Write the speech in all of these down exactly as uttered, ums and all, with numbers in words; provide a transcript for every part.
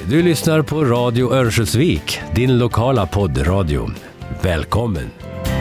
Du lyssnar på Radio Örnsköldsvik, din lokala poddradio. Välkommen!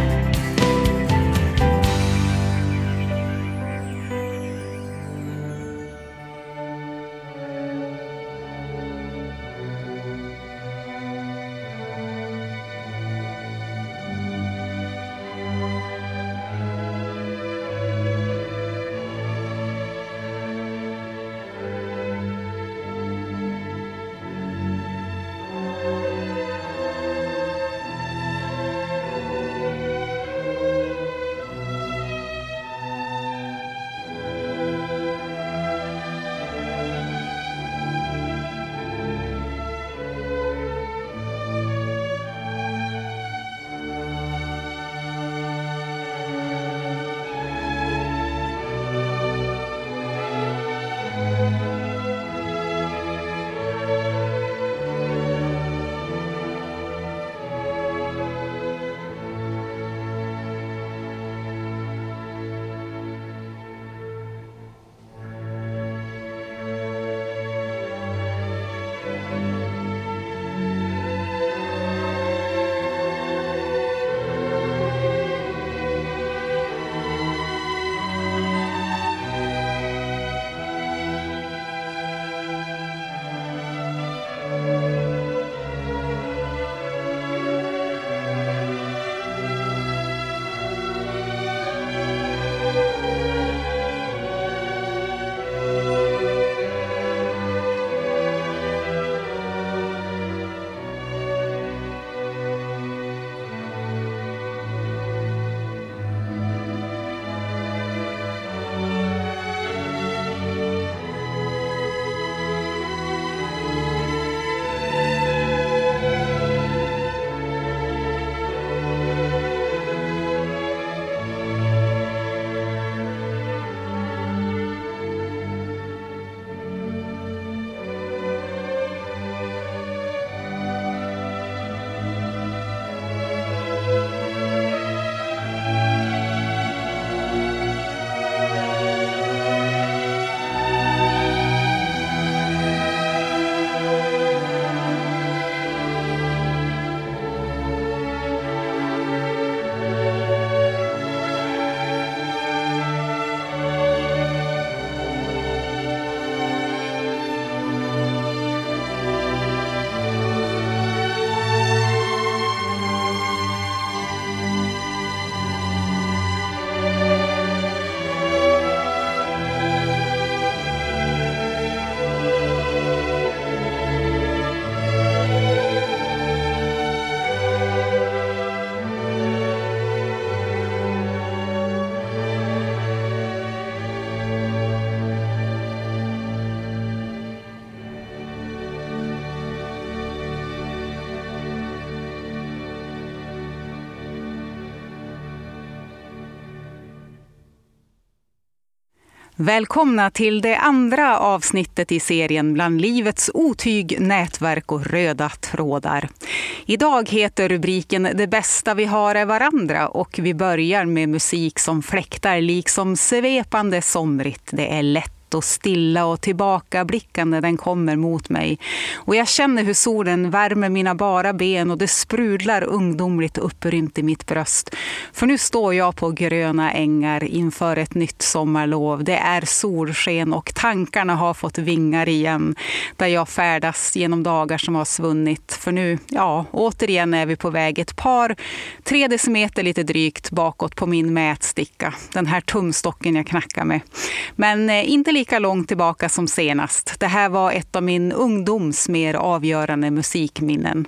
Välkomna till det andra avsnittet i serien Bland livets otyg, nätverk och röda trådar. Idag heter rubriken Det bästa vi har är varandra och vi börjar med musik som fläktar liksom svepande somrigt. Det är lätt och stilla och tillbakablickande den kommer mot mig. Och jag känner hur solen värmer mina bara ben och det sprudlar ungdomligt upprymt i mitt bröst. För nu står jag på gröna ängar inför ett nytt sommarlov. Det är solsken och tankarna har fått vingar igen. Där jag färdas genom dagar som har svunnit. För nu, ja, återigen är vi på väg ett par, tre decimeter lite drygt bakåt på min mätsticka. Den här tumstocken jag knackar med. Men eh, inte lika långt tillbaka som senast. Det här var ett av min ungdoms mer avgörande musikminnen.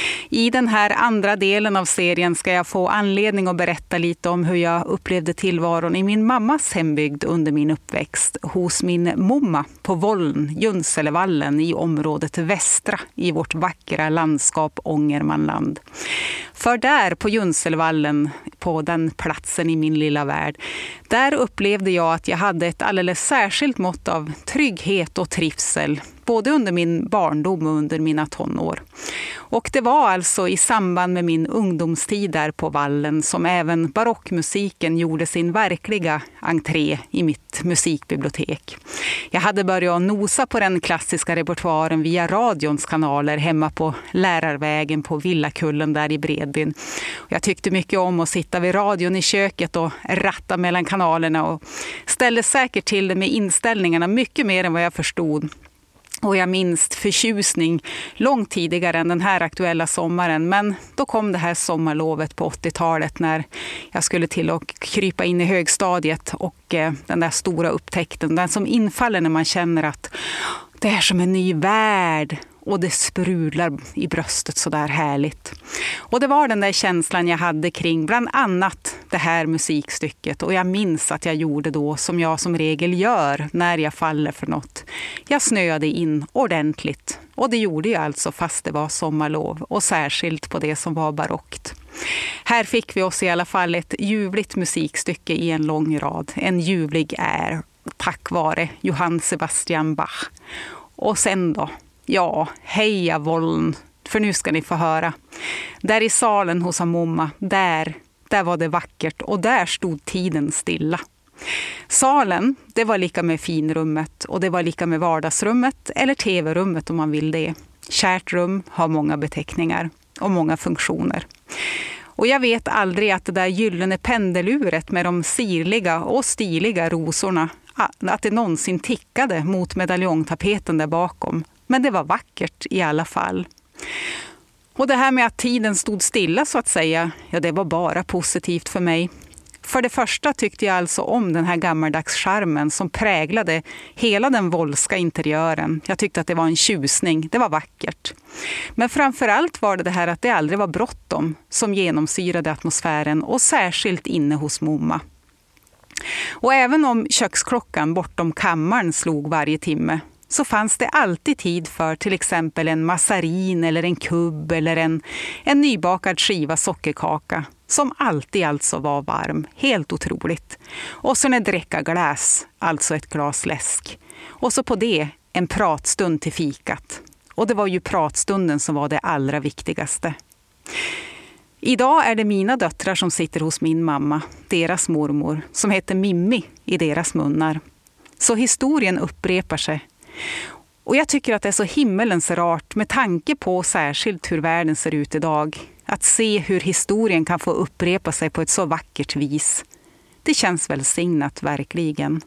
I den här andra delen av serien ska jag få anledning att berätta lite om hur jag upplevde tillvaron i min mammas hembygd under min uppväxt. Hos min momma på Vollen, Junselevallen i området Västra i vårt vackra landskap Ångermanland. För där på Junselevallen, på den platsen i min lilla värld, där upplevde jag att jag hade ett alldeles särskilt mått av trygghet och trivsel, både under min barndom och under mina tonår. Och det var alltså i samband med min ungdomstid där på Vallen som även barockmusiken gjorde sin verkliga entré i mitt musikbibliotek. Jag hade börjat nosa på den klassiska repertoaren via radions kanaler hemma på Lärarvägen på Villakullen där i Bredbyn. Jag tyckte mycket om att sitta vid radion i köket och ratta mellan kanalerna och ställde säkert till det med inställningarna mycket mer än vad jag förstod. Och jag minns förtjusning långt tidigare än den här aktuella sommaren. Men då kom det här sommarlovet på åttiotalet när jag skulle till att krypa in i högstadiet. Och eh, den där stora upptäckten, den som infaller när man känner att det är som en ny värld. Och det sprudlar i bröstet så där härligt. Och det var den där känslan jag hade kring bland annat det här musikstycket. Och jag minns att jag gjorde då som jag som regel gör när jag faller för något. Jag snöade in ordentligt. Och det gjorde jag alltså fast det var sommarlov. Och särskilt på det som var barockt. Här fick vi oss i alla fall ett ljuvligt musikstycke i en lång rad. En ljuvlig är tack vare Johann Sebastian Bach. Och sen då? Ja, heja Vollen, för nu ska ni få höra. Där i salen hos Amomma, där, där var det vackert och där stod tiden stilla. Salen, det var lika med finrummet och det var lika med vardagsrummet eller tv-rummet om man vill det. Kärt rum har många beteckningar och många funktioner. Och jag vet aldrig att det där gyllene pendeluret med de sirliga och stiliga rosorna, att det någonsin tickade mot medaljongtapeten där bakom. Men det var vackert i alla fall. Och det här med att tiden stod stilla så att säga, ja det var bara positivt för mig. För det första tyckte jag alltså om den här gammaldags charmen som präglade hela den volska interiören. Jag tyckte att det var en tjusning, det var vackert. Men framförallt var det det här att det aldrig var bråttom som genomsyrade atmosfären och särskilt inne hos Momma. Och även om köksklockan bortom kammaren slog varje timme så fanns det alltid tid för till exempel en massarin eller en kubb eller en, en nybakad skiva sockerkaka som alltid alltså var varm, helt otroligt. Och så en dräcka-glas, alltså ett glas läsk. Och så på det en pratstund till fikat. Och det var ju pratstunden som var det allra viktigaste. Idag är det mina döttrar som sitter hos min mamma, deras mormor, som heter Mimmi i deras munnar. Så historien upprepar sig. Och jag tycker att det är så himmelens rart med tanke på särskilt hur världen ser ut idag. Att se hur historien kan få upprepa sig på ett så vackert vis. Det känns välsignat verkligen.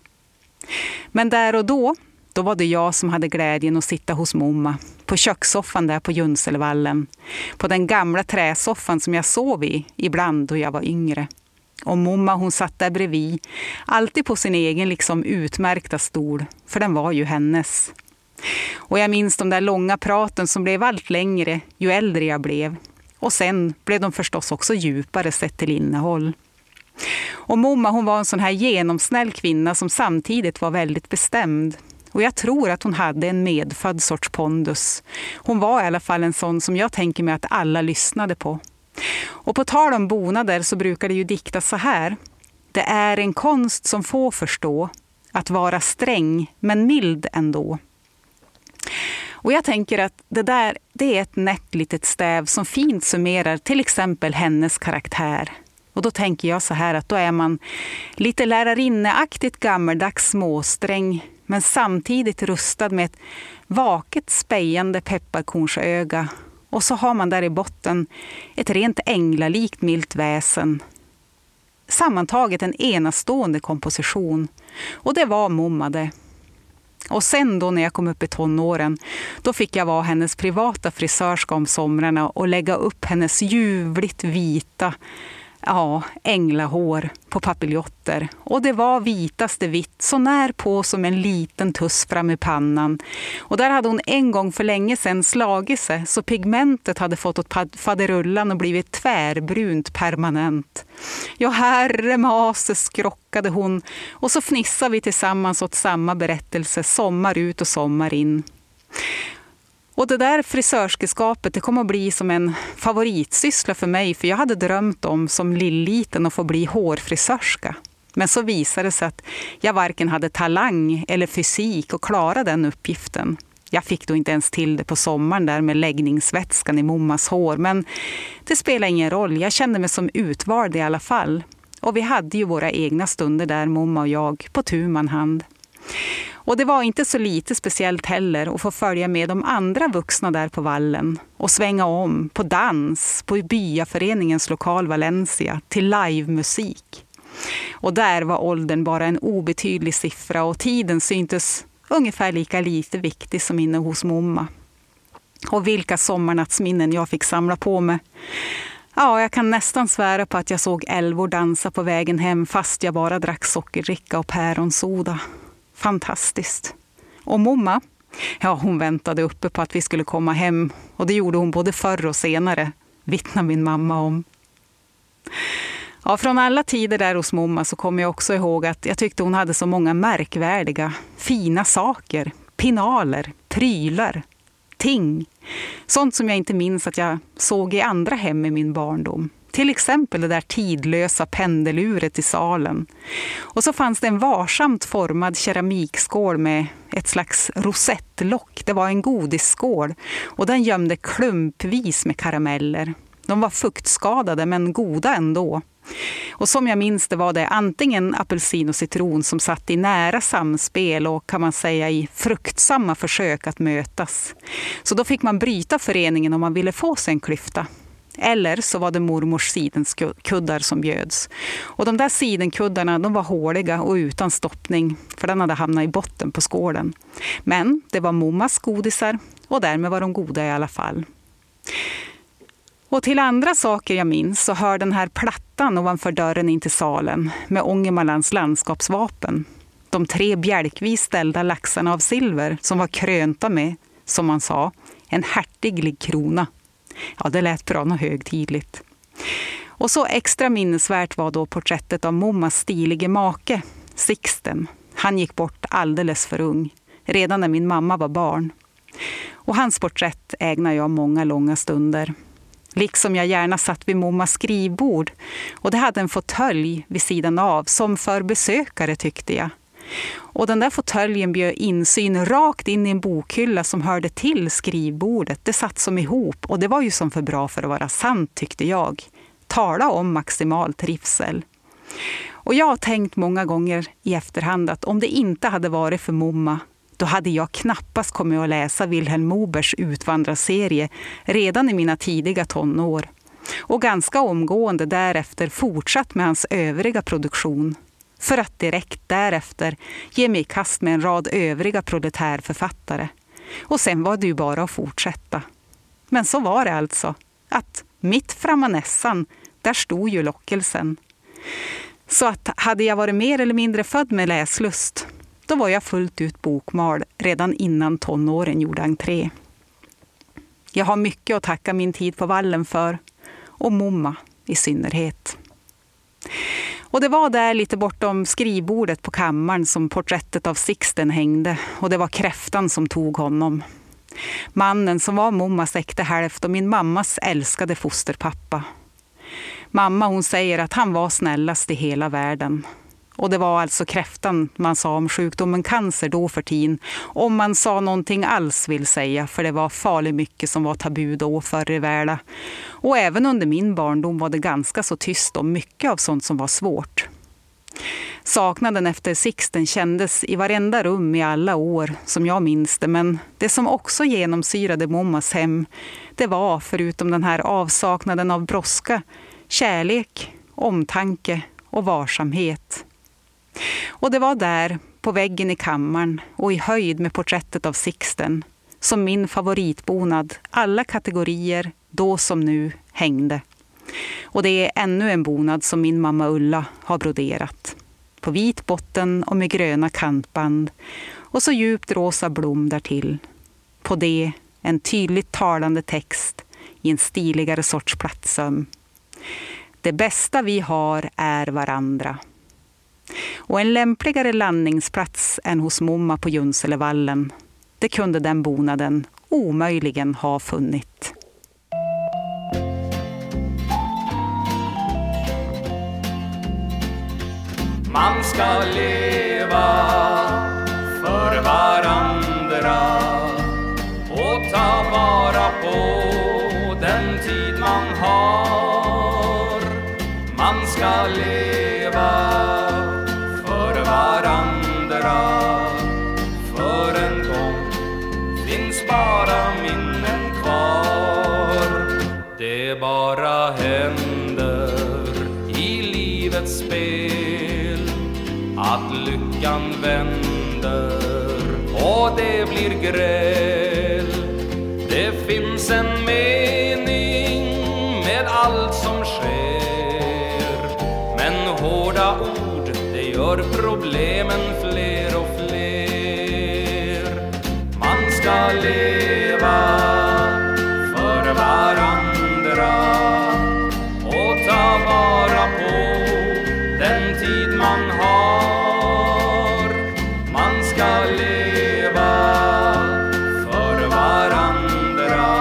Men där och då, då var det jag som hade glädjen att sitta hos Momma. På kökssoffan där på Junselvallen. På den gamla träsoffan som jag sov i ibland då jag var yngre. Och Momma hon satt där bredvid, alltid på sin egen liksom utmärkta stol, för den var ju hennes. Och jag minns de där långa praten som blev allt längre ju äldre jag blev. Och sen blev de förstås också djupare sett till innehåll. Och Momma hon var en sån här genomsnäll kvinna som samtidigt var väldigt bestämd. Och jag tror att hon hade en medfödd sorts pondus. Hon var i alla fall en sån som jag tänker mig att alla lyssnade på. Och på tal om bonader så brukar det ju diktas så här. Det är en konst som får förstå att vara sträng men mild ändå. Och jag tänker att det där det är ett nätt litet stäv som fint summerar till exempel hennes karaktär. Och då tänker jag så här att då är man lite lärarinneaktigt gammaldags småsträng men samtidigt rustad med ett vaket spejande pepparkornsöga. Och så har man där i botten ett rent änglalikt milt väsen. Sammantaget en enastående komposition. Och det var Momma det. Och sen då när jag kom upp i tonåren, då fick jag vara hennes privata frisörska om somrarna och lägga upp hennes ljuvligt vita, ja, änglahår på papiljotter. Och det var vitaste vitt, så när på som en liten tuss fram i pannan. Och där hade hon en gång för länge sedan slagit sig, så pigmentet hade fått åt faderullan och blivit tvärbrunt permanent. Ja, herre mase skrockade hon, och så fnissade vi tillsammans åt samma berättelse, sommar ut och sommar in. Och det där frisörskeskapet, det kom att bli som en favoritsyssla för mig, för jag hade drömt om som lilliten att få bli hårfrisörska. Men så visade det sig att jag varken hade talang eller fysik att klara den uppgiften. Jag fick då inte ens till det på sommaren där med läggningsvätskan i mommas hår, men det spelar ingen roll. Jag kände mig som utvald i alla fall. Och vi hade ju våra egna stunder där, mamma och jag, på tu man hand. Och det var inte så lite speciellt heller att få följa med de andra vuxna där på vallen och svänga om på dans på byaföreningens lokal Valencia till livemusik. Och där var åldern bara en obetydlig siffra och tiden syntes ungefär lika lite viktig som inne hos mamma. Och vilka sommarnattsminnen jag fick samla på mig. Ja, jag kan nästan svära på att jag såg älvor dansa på vägen hem fast jag bara drack sockerdricka och päronsoda. Fantastiskt. Och mamma, ja, hon väntade uppe på att vi skulle komma hem och det gjorde hon både förr och senare, vittnar min mamma om. Ja, från alla tider där hos mamma så kommer jag också ihåg att jag tyckte hon hade så många märkvärdiga, fina saker, pinaler, prylar, ting. Sånt som jag inte minns att jag såg i andra hem i min barndom. Till exempel det där tidlösa pendeluret i salen. Och så fanns det en varsamt formad keramikskål med ett slags rosettlock. Det var en godisskål och den gömde klumpvis med karameller. De var fuktskadade men goda ändå. Och som jag minns det var det antingen apelsin och citron som satt i nära samspel och kan man säga i fruktsamma försök att mötas. Så då fick man bryta föreningen om man ville få sig en klyfta. Eller så var det mormors sidenkuddar som bjöds. Och de där sidenkuddarna de var håliga och utan stoppning för den hade hamnat i botten på skålen. Men det var mommas godisar och därmed var de goda i alla fall. Och till andra saker jag minns så hör den här plattan ovanför dörren in till salen med Ångermanlands landskapsvapen. De tre bjälkvis ställda laxarna av silver som var krönta med, som man sa, en hertiglig krona. Ja, det lät bra och högtidligt. Och så extra minnesvärt var då porträttet av mommas stilige make, Sixten. Han gick bort alldeles för ung, redan när min mamma var barn. Och hans porträtt ägnar jag många långa stunder. Liksom jag gärna satt vid mommas skrivbord och det hade en fåtölj vid sidan av som för besökare tyckte jag. Och den där fåtöljen bjöd insyn rakt in i en bokhylla som hörde till skrivbordet. Det satt som ihop och det var ju som för bra för att vara sant tyckte jag. Tala om maximal trivsel. Och jag har tänkt många gånger i efterhand att om det inte hade varit för mamma då hade jag knappast kommit att läsa Vilhelm Mobergs utvandrarserie redan i mina tidiga tonår. Och ganska omgående därefter fortsatt med hans övriga produktion. För att direkt därefter ge mig i kast med en rad övriga proletärförfattare. Och sen var det ju bara att fortsätta. Men så var det alltså. Att mitt framma nässan, där stod ju lockelsen. Så att hade jag varit mer eller mindre född med läslust, då var jag fullt ut bokmal redan innan tonåren gjorde entré. Jag har mycket att tacka min tid på vallen för, och mamma i synnerhet. Och det var där lite bortom skrivbordet på kammaren som porträttet av Sixten hängde och det var kräftan som tog honom. Mannen som var mammas äkta hälft och min mammas älskade fosterpappa. Mamma hon säger att han var snällast i hela världen. Och det var alltså kräftan man sa om sjukdomen cancer då för tiden. Om man sa någonting alls vill säga. För det var farligt mycket som var tabu då förr i världen. Och även under min barndom var det ganska så tyst om mycket av sånt som var svårt. Saknaden efter Sixten kändes i varenda rum i alla år som jag minns det. Men det som också genomsyrade mammas hem, det var förutom den här avsaknaden av brådska, kärlek, omtanke och varsamhet. Och det var där, på väggen i kammaren och i höjd med porträttet av Sixten, som min favoritbonad, alla kategorier, då som nu, hängde. Och det är ännu en bonad som min mamma Ulla har broderat. På vit botten och med gröna kantband och så djupt rosa blom därtill. På det en tydligt talande text i en stiligare sorts plattsöm. Det bästa vi har är varandra. Och en lämpligare landningsplats än hos mamma på Junselevallen, det kunde den bonaden omöjligen ha funnit. Man ska leva för varandra ska leva för varandra. För en gång finns bara minnen kvar. Det bara händer i livets spel att lyckan vänder och det blir gräl. Det finns en mening med allt som sker, men hårda ord, det gör problemen fler och fler. Man ska leva för varandra och ta vara på den tid man har. Man ska leva för varandra.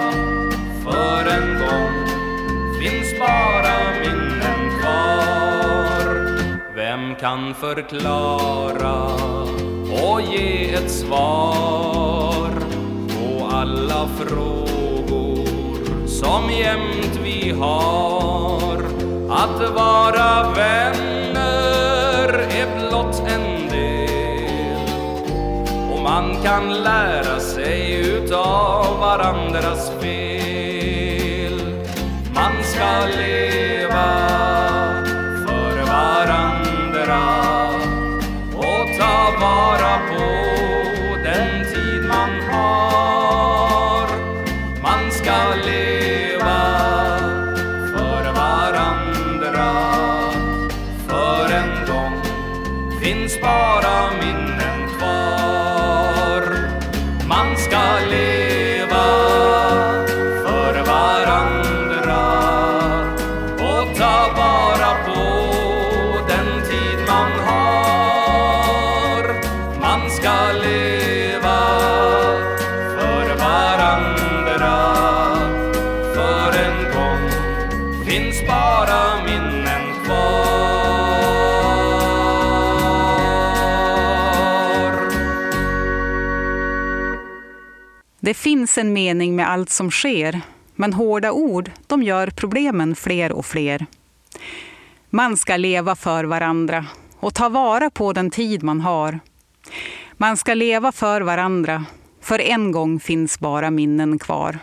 För en gång finns bara minnen kvar. Vem kan förklara och ge ett svar på alla frågor som jämt vi har? Att vara vänner är blott en del, och man kan lära sig utav varandras fel. Man ska leva för varandra och ta vara på den tid man har. Man ska leva för varandra. För en gång finns bara minnen kvar. Man ska leva för varandra och ta vara på den tid man har. Man ska leva för varandra. För en gång finns bara minnen kvar. Det finns en mening med allt som sker, men hårda ord, de gör problemen fler och fler. Man ska leva för varandra och ta vara på den tid man har. Man ska leva för varandra, för en gång finns bara minnen kvar.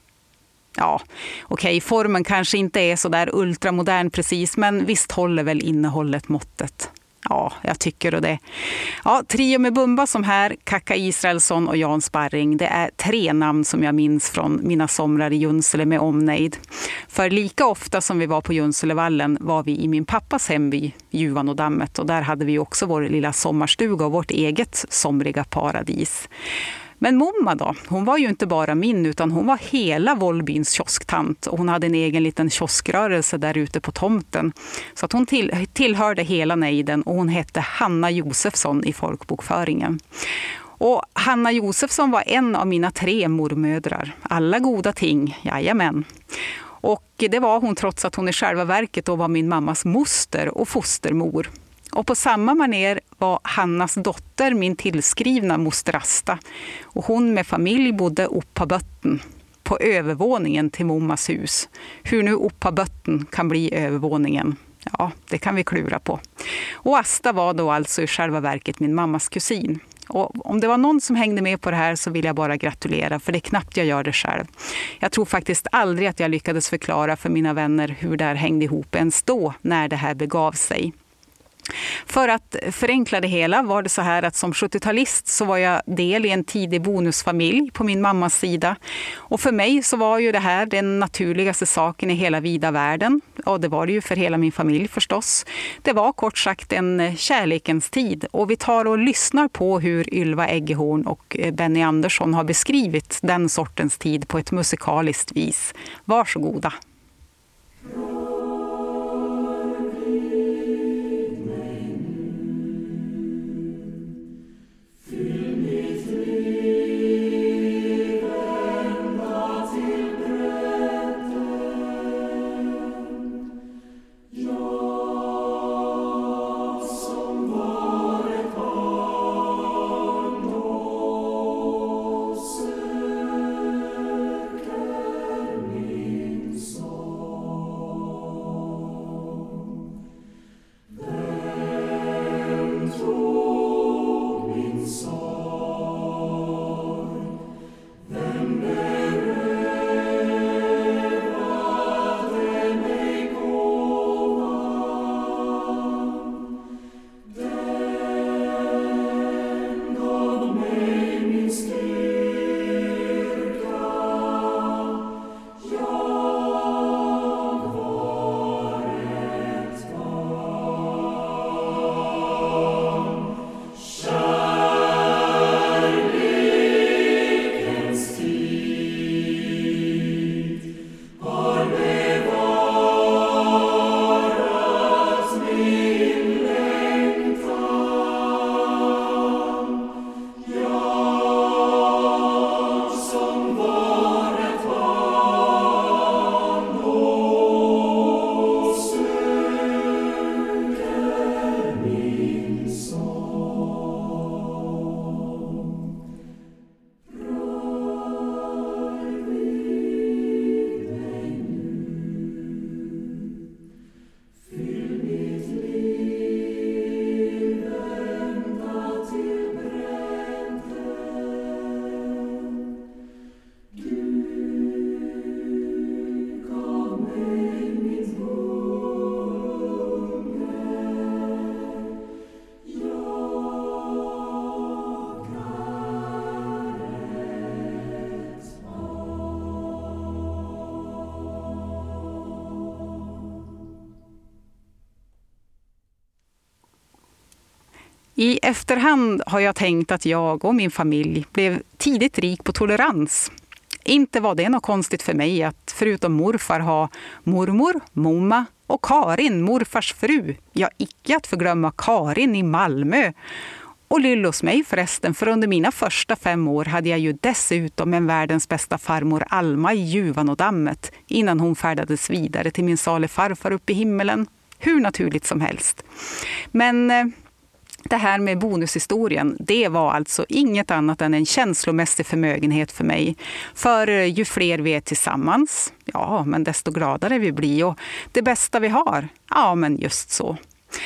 Ja, okej, formen kanske inte är så där ultramodern precis, men visst håller väl innehållet måttet. Ja, jag tycker det. Ja, Trio med Bumba som här, Kaka Israelsson och Jan Sparring. Det är tre namn som jag minns från mina somrar i Junsele med omnejd. För lika ofta som vi var på Junselevallen var vi i min pappas hemby, Juvan och Dammet. Och där hade vi också vår lilla sommarstuga och vårt eget somriga paradis. Men Momma då, hon var ju inte bara min utan hon var hela Vollbyns kiosktant, och hon hade en egen liten kioskrörelse där ute på tomten. Så att hon till, tillhörde hela nejden, och hon hette Hanna Josefsson i folkbokföringen. Och Hanna Josefsson var en av mina tre mormödrar. Alla goda ting, jajamän. Och det var hon trots att hon i själva verket då var min mammas moster och fostermor. Och på samma maner var Hannas dotter min tillskrivna moster Asta. Och hon med familj bodde uppa bötten på övervåningen till Mommas hus. Hur nu uppa bötten kan bli övervåningen, ja, det kan vi klura på. Och Asta var då alltså i själva verket min mammas kusin. Och om det var någon som hängde med på det här så vill jag bara gratulera, för det är knappt jag gör det själv. Jag tror faktiskt aldrig att jag lyckades förklara för mina vänner hur det här hängde ihop ens då när det här begav sig. För att förenkla det hela var det så här att som sjuttiotalist så var jag del i en tidig bonusfamilj på min mammas sida. Och för mig så var ju det här den naturligaste saken i hela vida världen. Och det var det ju för hela min familj förstås. Det var kort sagt en kärlekens tid. Och vi tar och lyssnar på hur Ylva Eggehorn och Benny Andersson har beskrivit den sortens tid på ett musikaliskt vis. Varsågoda. Min son. I efterhand har jag tänkt att jag och min familj blev tidigt rik på tolerans. Inte var det något konstigt för mig att förutom morfar ha mormor, momma och Karin, morfars fru. Ja, icke att förglömma Karin i Malmö. Och lill hos mig förresten, för under mina första fem år hade jag ju dessutom en världens bästa farmor Alma i Ljuvan och dammet innan hon färdades vidare till min sale farfar upp i himmelen. Hur naturligt som helst. Men eh, det här med bonushistorien, det var alltså inget annat än en känslomässig förmögenhet för mig. För ju fler vi är tillsammans, ja men desto gladare vi blir. Och det bästa vi har, ja men just så.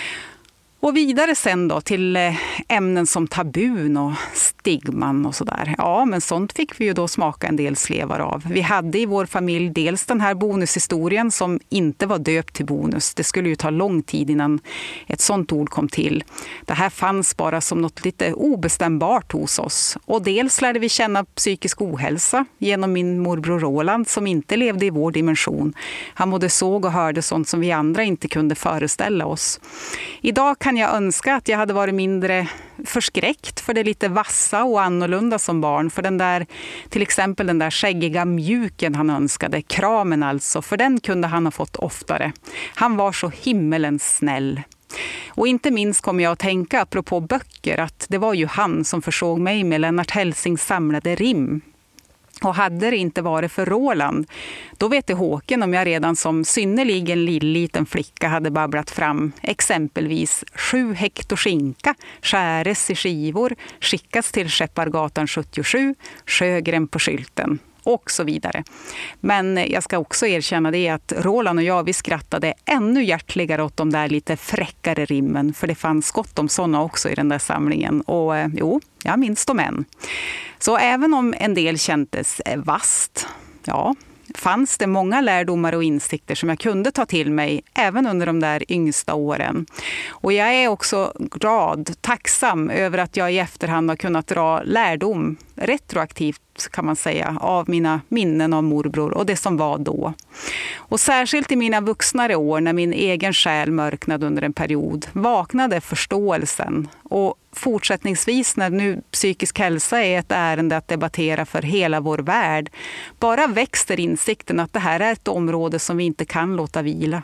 Och vidare sen då till ämnen som tabun och stigman och sådär. Ja, men sånt fick vi ju då smaka en del slevar av. Vi hade i vår familj dels den här bonushistorien som inte var döpt till bonus. Det skulle ju ta lång tid innan ett sånt ord kom till. Det här fanns bara som något lite obestämbart hos oss. Och dels lärde vi känna psykisk ohälsa genom min morbror Roland som inte levde i vår dimension. Han både såg och hörde sånt som vi andra inte kunde föreställa oss. Idag kan jag önska att jag hade varit mindre förskräckt för det lite vassa och annorlunda som barn. För den där, till exempel den där skäggiga mjuken han önskade, kramen alltså, för den kunde han ha fått oftare. Han var så himmelens snäll. Och inte minst kommer jag att tänka, apropå böcker, att det var ju han som försåg mig med Lennart Hellsings samlade rim. Och hade det inte varit för Roland, då vet det Håken om jag redan som synnerligen liten flicka hade babblat fram exempelvis sju hektar skinka, skäres i skivor, skickas till Skeppargatan sjuttiosju, Sjögren på skylten och så vidare. Men jag ska också erkänna det att Roland och jag, vi skrattade ännu hjärtligare åt de där lite fräckare rimmen, för det fanns gott om sådana också i den där samlingen. Och eh, jo, jag minns dem än. Så även om en del kändes vast, ja, fanns det många lärdomar och insikter som jag kunde ta till mig även under de där yngsta åren. Och jag är också glad, tacksam över att jag i efterhand har kunnat dra lärdom retroaktivt kan man säga, av mina minnen av morbror och det som var då. Och särskilt i mina vuxnare år när min egen själ mörknade under en period vaknade förståelsen. Och fortsättningsvis när nu psykisk hälsa är ett ärende att debattera för hela vår värld, bara växer insikten att det här är ett område som vi inte kan låta vila.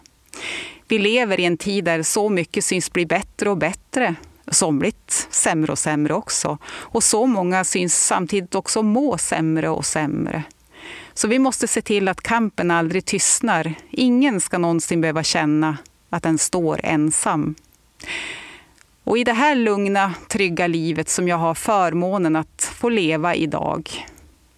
Vi lever i en tid där så mycket syns bli bättre och bättre, somligt sämre och sämre också. Och så många syns samtidigt också må sämre och sämre. Så vi måste se till att kampen aldrig tystnar. Ingen ska någonsin behöva känna att den står ensam. Och i det här lugna, trygga livet som jag har förmånen att få leva idag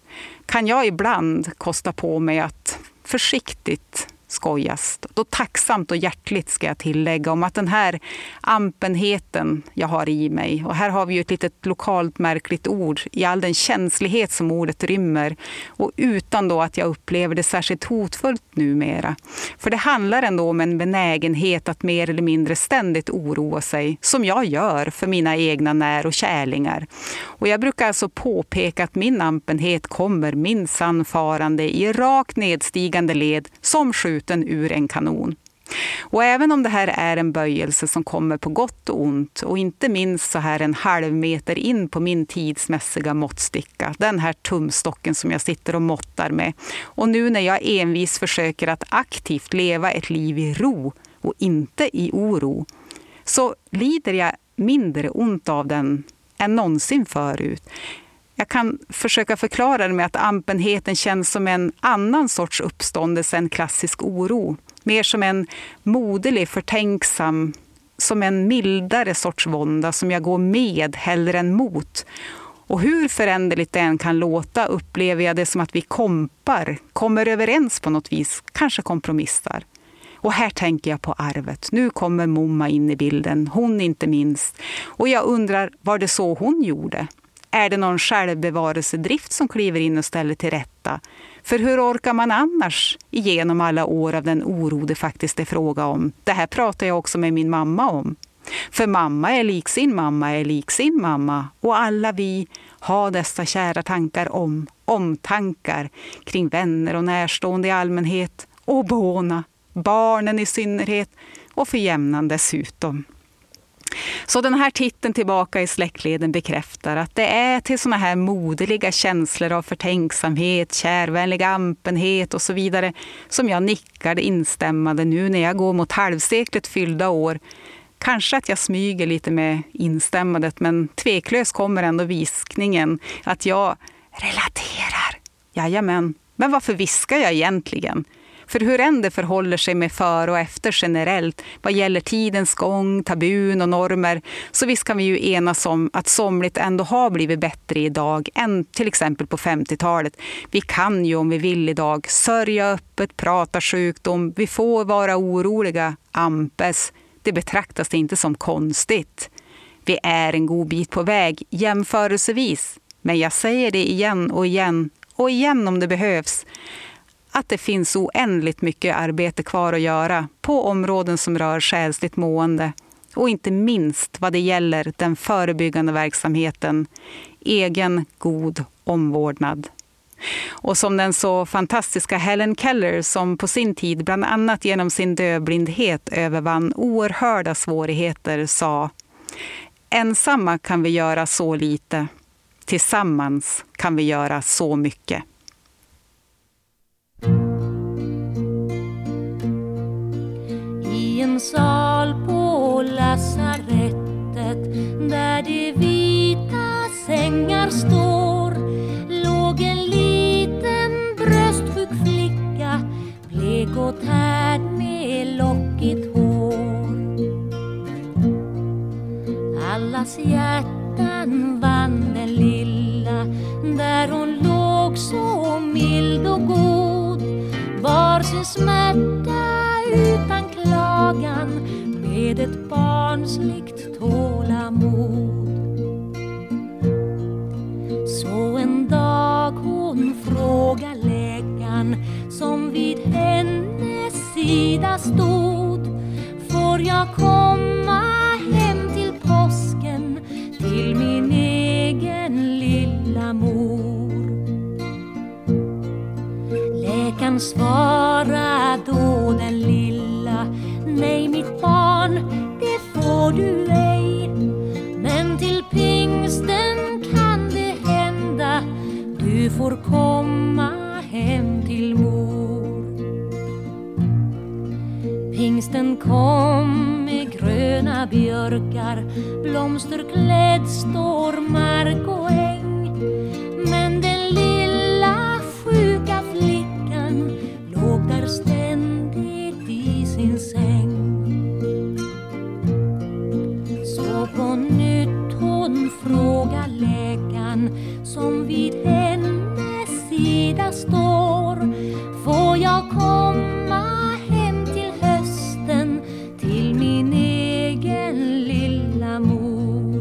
kan jag ibland kosta på mig att försiktigt skojast. Då tacksamt och hjärtligt ska jag tillägga om att den här ampenheten jag har i mig, och här har vi ju ett litet lokalt märkligt ord i all den känslighet som ordet rymmer, och utan då att jag upplever det särskilt hotfullt numera. För det handlar ändå om en benägenhet att mer eller mindre ständigt oroa sig, som jag gör för mina egna när- och kärlingar. Och jag brukar alltså påpeka att min ampenhet kommer minsann farande i rakt nedstigande led som skjuten ur en kanon. Och även om det här är en böjelse som kommer på gott och ont, och inte minst så här en halv meter in på min tidsmässiga måttsticka, den här tumstocken som jag sitter och måttar med, och nu när jag envis försöker att aktivt leva ett liv i ro och inte i oro, så lider jag mindre ont av den än någonsin förut. Jag kan försöka förklara det med att ampenheten känns som en annan sorts uppståndelse än klassisk oro. Mer som en moderlig, förtänksam, som en mildare sorts vånda som jag går med hellre än mot. Och hur föränderligt det än kan låta upplever jag det som att vi kompar, kommer överens på något vis, kanske kompromissar. Och här tänker jag på arvet. Nu kommer momma in i bilden, hon inte minst. Och jag undrar, var det så hon gjorde? Är det någon självbevarelsedrift som kliver in och ställer till rätta? För hur orkar man annars igenom alla år av den oro det faktiskt är fråga om? Det här pratar jag också med min mamma om. För mamma är lik sin mamma är lik sin mamma. Och alla vi har dessa kära tankar om, omtankar kring vänner och närstående i allmänhet. Och båna, barnen i synnerhet och för jämnan dessutom. Så den här titeln tillbaka i släktleden bekräftar att det är till såna här moderliga känslor av förtänksamhet, kärvänlig ampenhet och så vidare som jag nickade instämmande nu när jag går mot halvseklet fyllda år. Kanske att jag smyger lite med instämmandet, men tveklöst kommer ändå viskningen att jag relaterar. Jajamän, men varför viskar jag egentligen? För hur än det förhåller sig med före och efter generellt, vad gäller tidens gång, tabun och normer, så visst kan vi ju enas om att somligt ändå har blivit bättre idag än till exempel på femtiotalet. Vi kan ju om vi vill idag sörja öppet, prata sjukdom, vi får vara oroliga, ampes. Det betraktas inte som konstigt. Vi är en god bit på väg jämförelsevis, men jag säger det igen och igen och igen om det behövs, att det finns oändligt mycket arbete kvar att göra på områden som rör själsligt mående och inte minst vad det gäller den förebyggande verksamheten, egen god omvårdnad. Och som den så fantastiska Helen Keller som på sin tid bland annat genom sin dövblindhet övervann oerhörda svårigheter sa: ensamma kan vi göra så lite, tillsammans kan vi göra så mycket. I en sal på lasarettet där de vita sängar står låg en liten bröstsjuk flicka, blek och tärd med lockigt hår. Allas hjärtan vann den lilla där hon låg så mild och god, bar sin smärta utan klagan med ett barnsligt tålamod. Så en dag hon frågar läkaren som vid hennes sida stod: får jag komma hem till påsken till min egen lilla mor? Läkaren svarade då den lilla: nej mitt barn, det får du ej, men till pingsten kan det hända du får komma hem till mor. Pingsten kom med gröna björkar, blomsterklädd står mark och äng, men den lilla sjuka flickan låg där ständigt i sin säng. Så på nytt hon frågar läkaren som vid hennes sida står: får jag komma hem till hösten till min egen lilla mor?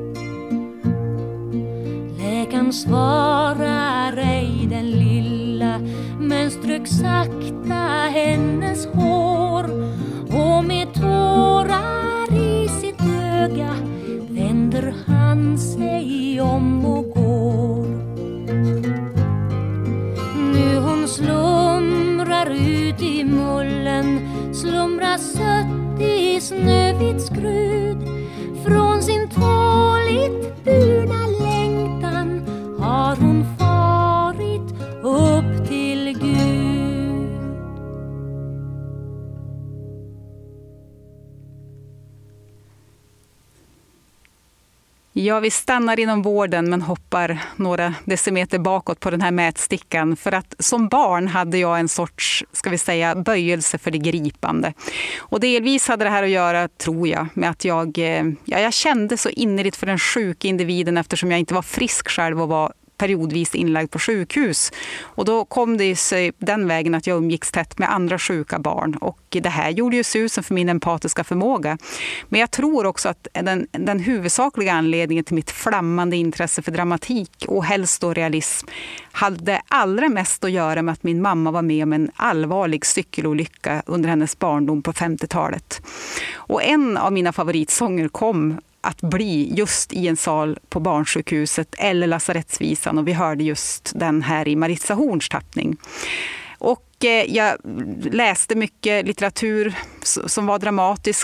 Läkaren svarar ej den lilla, men strök sakta hennes hår, och med tårar i sitt öga vänder han sig om och går. Nu hon slumrar ut i mullen, slumrar sött i snövit skrud, från sin tåligt burna längtan har hon farit upp till Gud. Ja, vi stannar inom vården men hoppar några decimeter bakåt på den här mätstickan. För att som barn hade jag en sorts, ska vi säga, böjelse för det gripande. Och delvis hade det här att göra, tror jag, med att jag, ja, jag kände så innerligt för den sjuka individen eftersom jag inte var frisk själv och var periodvis inlagd på sjukhus. Och då kom det sig den vägen att jag umgicks tätt med andra sjuka barn. Och det här gjorde ju susen för min empatiska förmåga. Men jag tror också att den, den huvudsakliga anledningen till mitt flammande intresse för dramatik och helst och realism hade allra mest att göra med att min mamma var med om en allvarlig cykelolycka under hennes barndom på femtiotalet. Och en av mina favoritsånger kom att bli just i en sal på barnsjukhuset eller lasarettsvisan, och vi hörde just den här i Marissa Horns tappning. Och jag läste mycket litteratur som var dramatisk och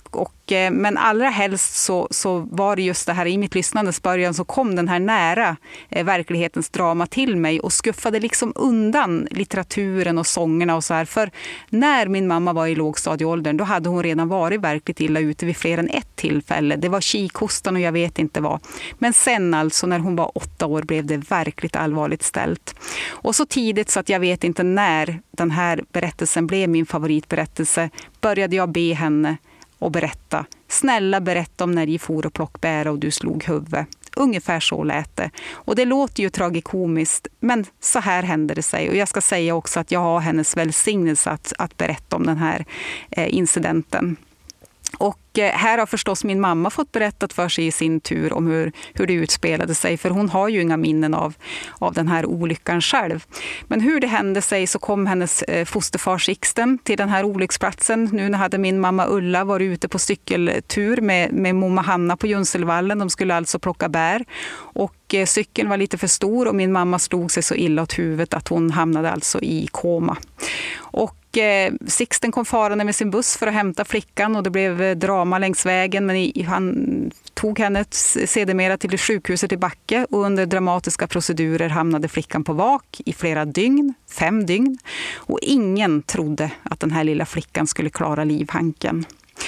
Men allra helst så, så var det just det här, i mitt lyssnandes början så kom den här nära eh, verklighetens drama till mig och skuffade liksom undan litteraturen och sångerna och så här. För när min mamma var i lågstadieåldern, då hade hon redan varit verkligt illa ute vid fler än ett tillfälle. Det var kikhostan och jag vet inte vad. Men sen alltså när hon var åtta år blev det verkligt allvarligt ställt. Och så tidigt så att jag vet inte när den här berättelsen blev min favoritberättelse började jag be henne och berätta. Snälla berätta om när de for och plockbära och du slog huvudet. Ungefär så lät det. Och det låter ju tragikomiskt, men så här hände det sig. Och jag ska säga också att jag har hennes välsignelse att, att berätta om den här eh, incidenten. Och här har förstås min mamma fått berättat för sig i sin tur om hur, hur det utspelade sig. För hon har ju inga minnen av, av den här olyckan själv. Men hur det hände sig så kom hennes fosterfar Sixten till den här olycksplatsen. Nu hade min mamma Ulla varit ute på cykeltur med, med mamma Hanna på Junselvallen. De skulle alltså plocka bär. Och cykeln var lite för stor och min mamma slog sig så illa åt huvudet att hon hamnade alltså i koma. Och Sixten kom farande med sin buss för att hämta flickan och det blev drama längs vägen, men han tog henne sedermera till sjukhuset i Backe och under dramatiska procedurer hamnade flickan på vak i flera dygn, fem dygn, och ingen trodde att den här lilla flickan skulle klara livhanken.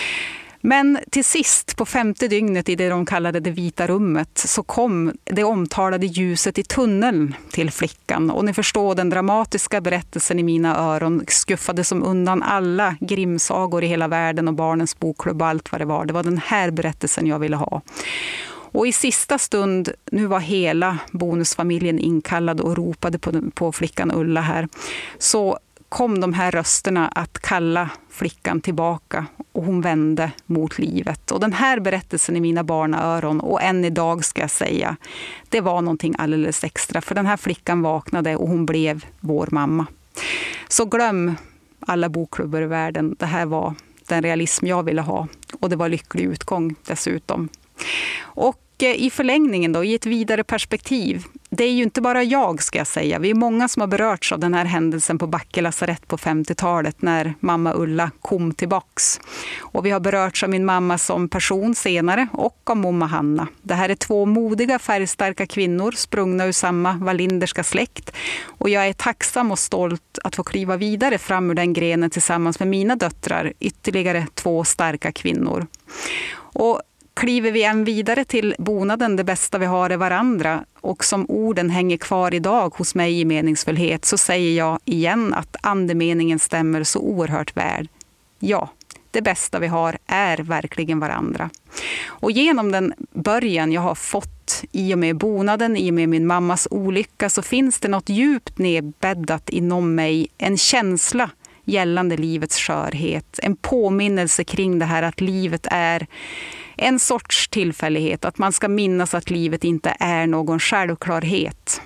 Men till sist, på femte dygnet i det de kallade det vita rummet, så kom det omtalade ljuset i tunneln till flickan. Och ni förstår, den dramatiska berättelsen i mina öron skuffade som undan alla grimsagor i hela världen och barnens bokklubb och allt vad det var. Det var den här berättelsen jag ville ha. Och i sista stund, nu var hela bonusfamiljen inkallad och ropade på, på flickan Ulla här, så kom de här rösterna att kalla flickan tillbaka och hon vände mot livet. Och den här berättelsen i mina barnaöron, och än idag ska jag säga, det var någonting alldeles extra. För den här flickan vaknade och hon blev vår mamma. Så glöm alla bokklubbar i världen. Det här var den realism jag ville ha. Och det var lycklig utgång dessutom. Och i förlängningen då, i ett vidare perspektiv, det är ju inte bara jag ska jag säga. Vi är många som har berörts av den här händelsen på Backe lasarett på femtiotalet när mamma Ulla kom tillbaks. Och vi har berörts av min mamma som person senare och av mamma Hanna. Det här är två modiga, färgstarka kvinnor sprungna ur samma wallinderska släkt. Och jag är tacksam och stolt att få kliva vidare fram ur den grenen tillsammans med mina döttrar, ytterligare två starka kvinnor. Och kliver vi än vidare till bonaden, det bästa vi har är varandra, och som orden hänger kvar idag hos mig i meningsfullhet, så säger jag igen att andemeningen stämmer så oerhört väl. Ja, det bästa vi har är verkligen varandra. Och genom den början jag har fått i och med bonaden, i och med min mammas olycka, så finns det något djupt nedbäddat inom mig, en känsla gällande livets skörhet, en påminnelse kring det här att livet är en sorts tillfällighet, att man ska minnas att livet inte är någon självklarhet.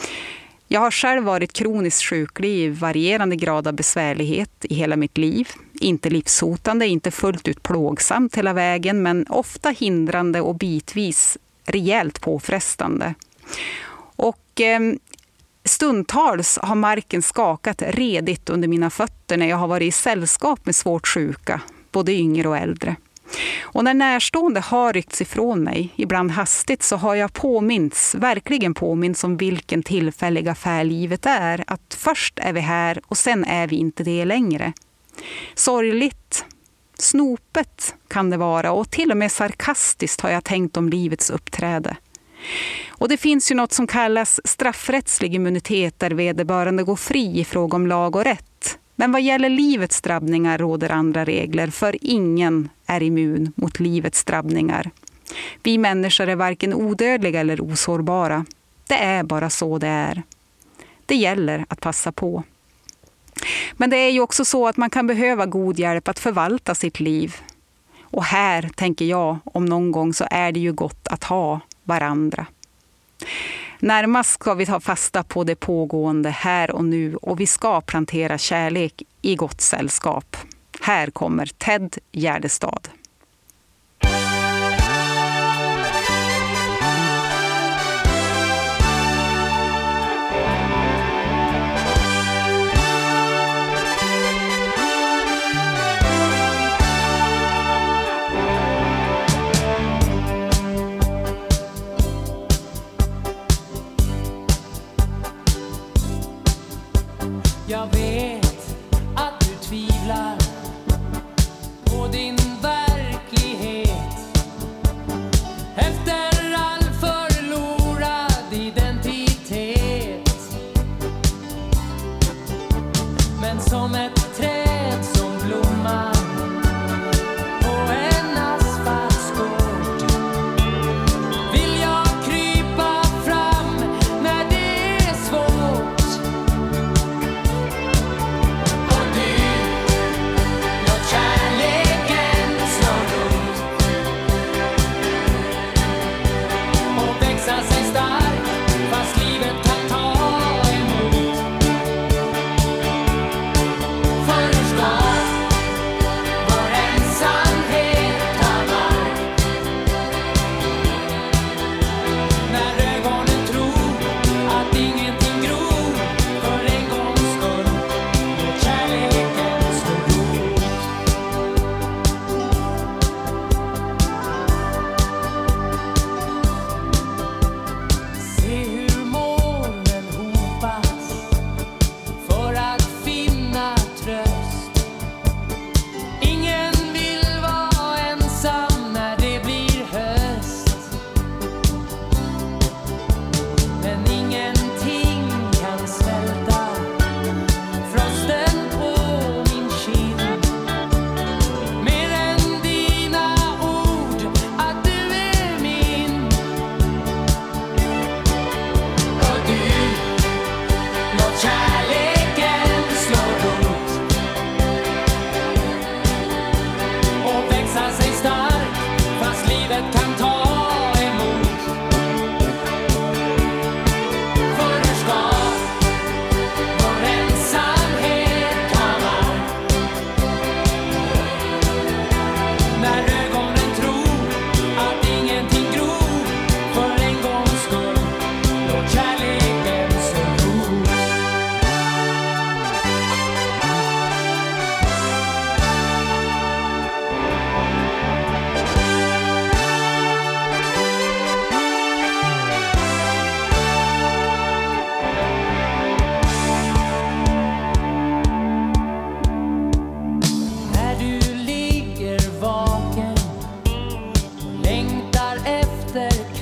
Jag har själv varit kroniskt sjuklig i varierande grad av besvärlighet i hela mitt liv. Inte livshotande, inte fullt ut plågsamt hela vägen, men ofta hindrande och bitvis rejält påfrestande. Och eh, stundtals har marken skakat redigt under mina fötter när jag har varit i sällskap med svårt sjuka, både yngre och äldre. Och när närstående har ryckts ifrån mig, ibland hastigt, så har jag påminns, verkligen påminns om vilken tillfällig affär livet är. Att först är vi här och sen är vi inte det längre. Sorgligt, snopet kan det vara, och till och med sarkastiskt har jag tänkt om livets uppträde. Och det finns ju något som kallas straffrättslig immunitet där vederbörande går fri i fråga om lag och rätt. Men vad gäller livets drabbningar råder andra regler, för ingen är immun mot livets drabbningar. Vi människor är varken odödliga eller osårbara. Det är bara så det är. Det gäller att passa på. Men det är ju också så att man kan behöva god hjälp att förvalta sitt liv. Och här, tänker jag, om någon gång så är det ju gott att ha varandra. Närmast ska vi ta fasta på det pågående här och nu, och vi ska plantera kärlek i gott sällskap. Här kommer Ted Gärdestad.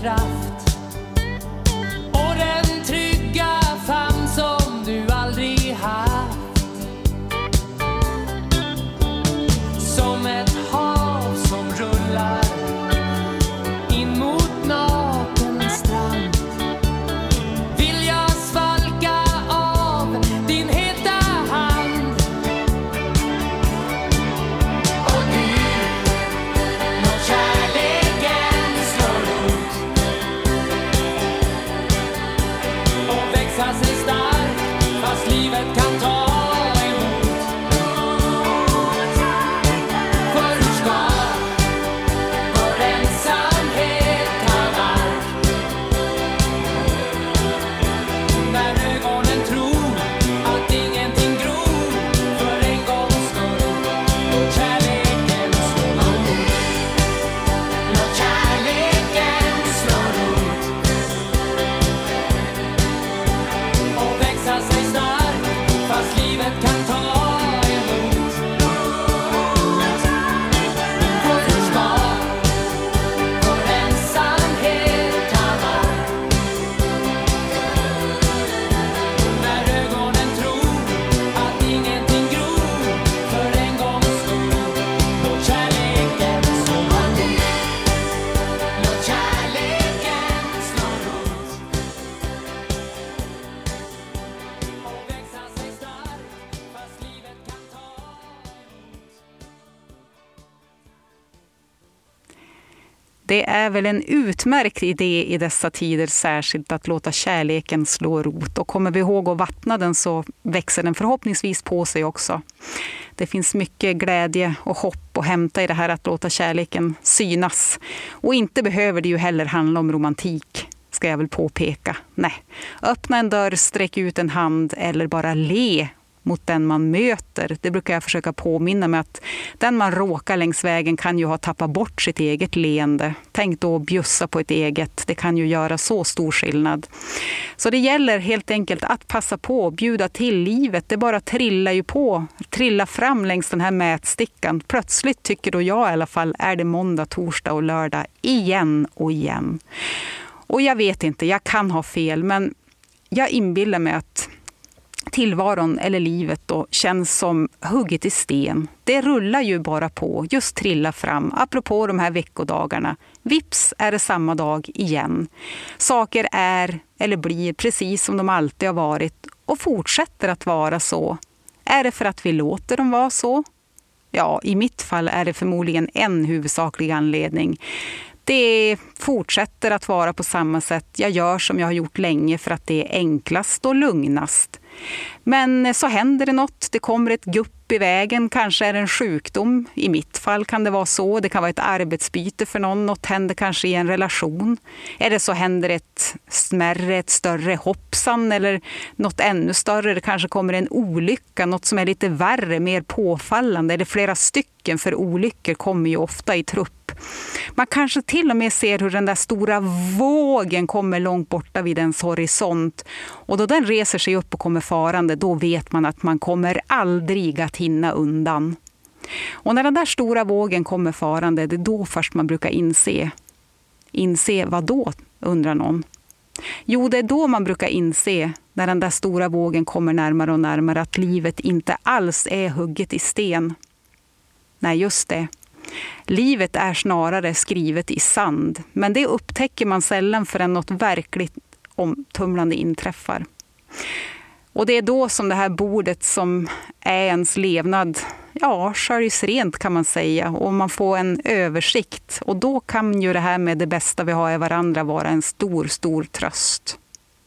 kraft och den trygga famn som du aldrig haft. Som ett hav som rullar in mot naken strand vill jag svalka av din heta hand. Och nu låt kärleken slå rot och växa sig stark fast livet kan ta emot. För hur ska vår ensamhet ta mark när ögonen tror att ingenting gror för en gångs skull? Låt kärleken slå rot. Låt kärleken slå rot och växa sig stark fast livet kan ta emot. För hur ska vår ensamhet ta mark när ögonen tror att ingenting gror för en gångs skull? Låt kärleken slå rot. Låt kärleken slå rot och växa sig stark fast livet kan ta emot. Det är väl en utmärkt idé i dessa tider särskilt att låta kärleken slå rot. Och kommer vi ihåg att vattna den så växer den förhoppningsvis på sig också. Det finns mycket glädje och hopp att hämta i det här att låta kärleken synas. Och inte behöver det ju heller handla om romantik, ska jag väl påpeka. Nej, öppna en dörr, sträck ut en hand eller bara le mot den man möter. Det brukar jag försöka påminna mig att den man råkar längs vägen kan ju ha tappat bort sitt eget leende. Tänk då bjussa på ett eget. Det kan ju göra så stor skillnad. Så det gäller helt enkelt att passa på och bjuda till livet. Det bara trillar ju på. Trilla fram längs den här mätstickan. Plötsligt tycker då jag i alla fall är det måndag, torsdag och lördag igen och igen. Och jag vet inte, jag kan ha fel, men jag inbillar mig att tillvaron eller livet då känns som hugget i sten. Det rullar ju bara på, just trilla fram. Apropå de här veckodagarna. Vips är det samma dag igen. Saker är eller blir precis som de alltid har varit och fortsätter att vara så. Är det för att vi låter dem vara så? Ja, i mitt fall är det förmodligen en huvudsaklig anledning. Det fortsätter att vara på samma sätt. Jag gör som jag har gjort länge för att det är enklast och lugnast. Men så händer det något, det kommer ett gupp i vägen, kanske är det en sjukdom. I mitt fall kan det vara så, det kan vara ett arbetsbyte för någon, något händer kanske i en relation. Eller så händer ett smärre, ett större hoppsan eller något ännu större. Det kanske kommer en olycka, något som är lite värre, mer påfallande. Eller flera stycken, för olyckor kommer ju ofta i trupp. Man kanske till och med ser hur den där stora vågen kommer långt borta vid ens horisont. Och då den reser sig upp och kommer farande, då vet man att man kommer aldrig att hinna undan. Och när den där stora vågen kommer farande, det är då först man brukar inse. Inse vad då, undrar någon. Jo, det är då man brukar inse, när den där stora vågen kommer närmare och närmare, att livet inte alls är hugget i sten. Nej, just det. Livet är snarare skrivet i sand, men det upptäcker man sällan förrän något verkligt omtumlande inträffar. Och det är då som det här bordet som är ens levnad, ja, sköljs rent kan man säga, och man får en översikt. Och då kan ju det här med det bästa vi har i varandra vara en stor, stor tröst.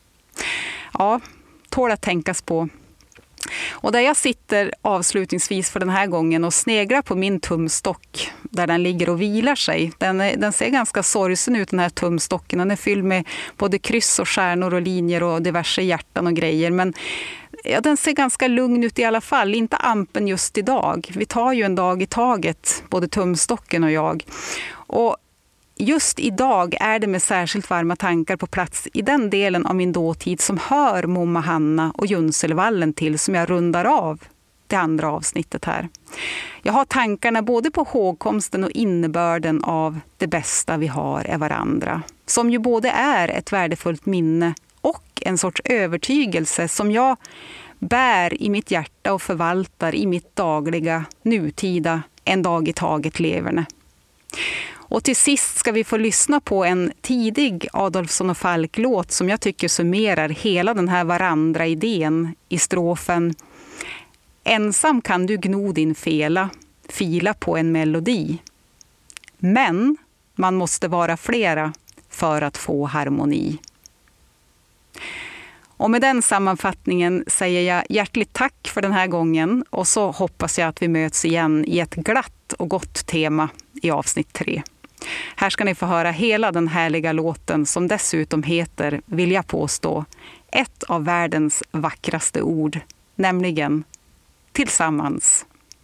Ja, tål att tänkas på. Och där jag sitter avslutningsvis för den här gången och sneglar på min tumstock där den ligger och vilar sig. Den, är, den ser ganska sorgsen ut, den här tumstocken. Den är fylld med både kryss och stjärnor och linjer och diverse hjärtan och grejer. Men ja, den ser ganska lugn ut i alla fall. Inte ampen just idag. Vi tar ju en dag i taget, både tumstocken och jag. Och just idag är det med särskilt varma tankar på plats i den delen av min dåtid som hör Momma Hanna och Junselevallen till, som jag rundar av det andra avsnittet här. Jag har tankarna både på hågkomsten och innebörden av det bästa vi har är varandra. som ju både är ett värdefullt minne och en sorts övertygelse som jag bär i mitt hjärta och förvaltar i mitt dagliga, nutida, en dag i taget leverne. Och till sist ska vi få lyssna på en tidig Adolfsson och Falk-låt som jag tycker summerar hela den här varandra-idén i strofen: ensam kan du gno din fela, fila på en melodi. Men man måste vara flera för att få harmoni. Och med den sammanfattningen säger jag hjärtligt tack för den här gången och så hoppas jag att vi möts igen i ett glatt och gott tema i avsnitt tre. Här ska ni få höra hela den härliga låten som dessutom heter, vill jag påstå, ett av världens vackraste ord, nämligen tillsammans.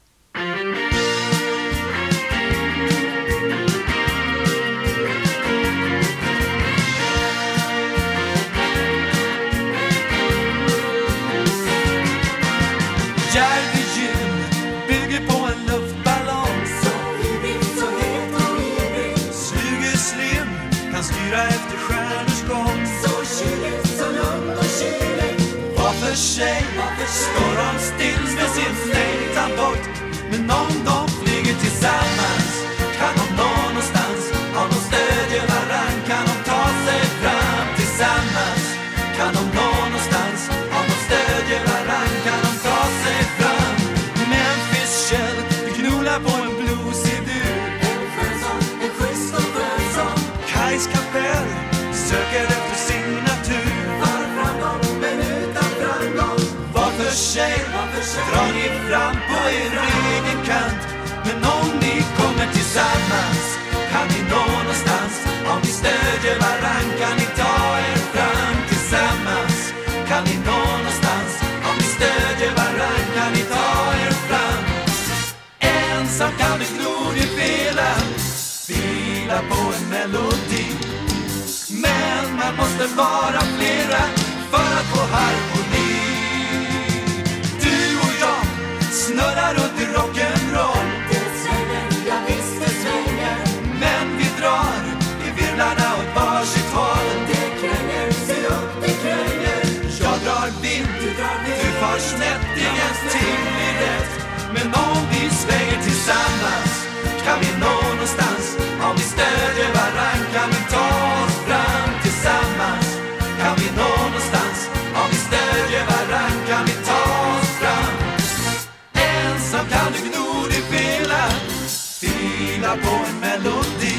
Järvejun bygger på en luftballong. Så ivrig, så het och ivrig. Sugeslim kan styra efter stjärnors gång. Så kyligt, så lugnt och kyligt. Var för sig, står de still med sin flängtan bort. Men om de flyger tillsammans kan de nå någonstans. Om de stödjer varann kan de ta sig fram. Tillsammans kan de nå någonstans. Om de stödjer varann kan de ta sig fram. Memphis Shell, vi knullar på en bluesig dur. En skönsång, en schysst och skön sång. Kajs kapell söker efter sin natur. Var framgång, men utan framgång. Var för sig, drar ni fram på er egen kant. Men om ni kommer tillsammans kan ni nå någonstans. Om ni stödjer varann kan ni ta er fram. Tillsammans kan ni nå någonstans. Om ni stödjer varann kan ni ta er fram. Ensam kan du gno din fela, fila på en melodi. Men man måste vara flera för att få harmoni. Du och jag snurrar runt i rock'n'roll. Det svänger, ja visst det svänger. Men vi drar i virvlarna åt varsitt håll. Det kränger, se upp, det kränger. Jag drar vind, Du drar du ner, far snett, ingenting blir rätt. Men om vi svänger tillsammans kan vi nå någonstans. Om vi stödjer varann kan vi ta oss fram. Tillsammans kan vi nå någonstans. Om vi stödjer varann kan vi ta oss fram. Ensam kan du gno din fela, fila på en melodi.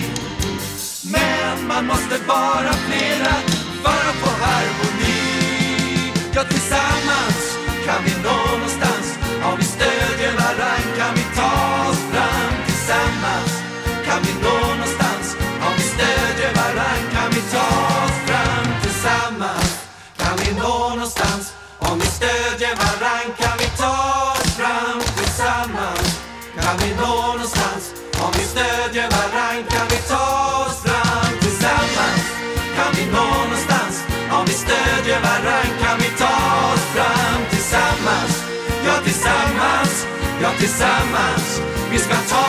Men man måste vara flera för att få harmoni. Ja, tillsammans kan vi nå någonstans. Om vi stödjer varann kan vi ta oss fram. Tillsammans kan vi nå någonstans. Om vi stödjer varann kan vi ta oss fram. Tillsammans kan vi nå någonstans. Om vi stödjer varann kan vi ta oss fram. Tillsammans kan vi nå någonstans. Om vi stödjer varann kan vi ta oss fram. Tillsammans kan vi nå någonstans. Om vi stödjer varann kan vi ta oss fram. Tillsammans, ja tillsammans, ja tillsammans. Vi ska ta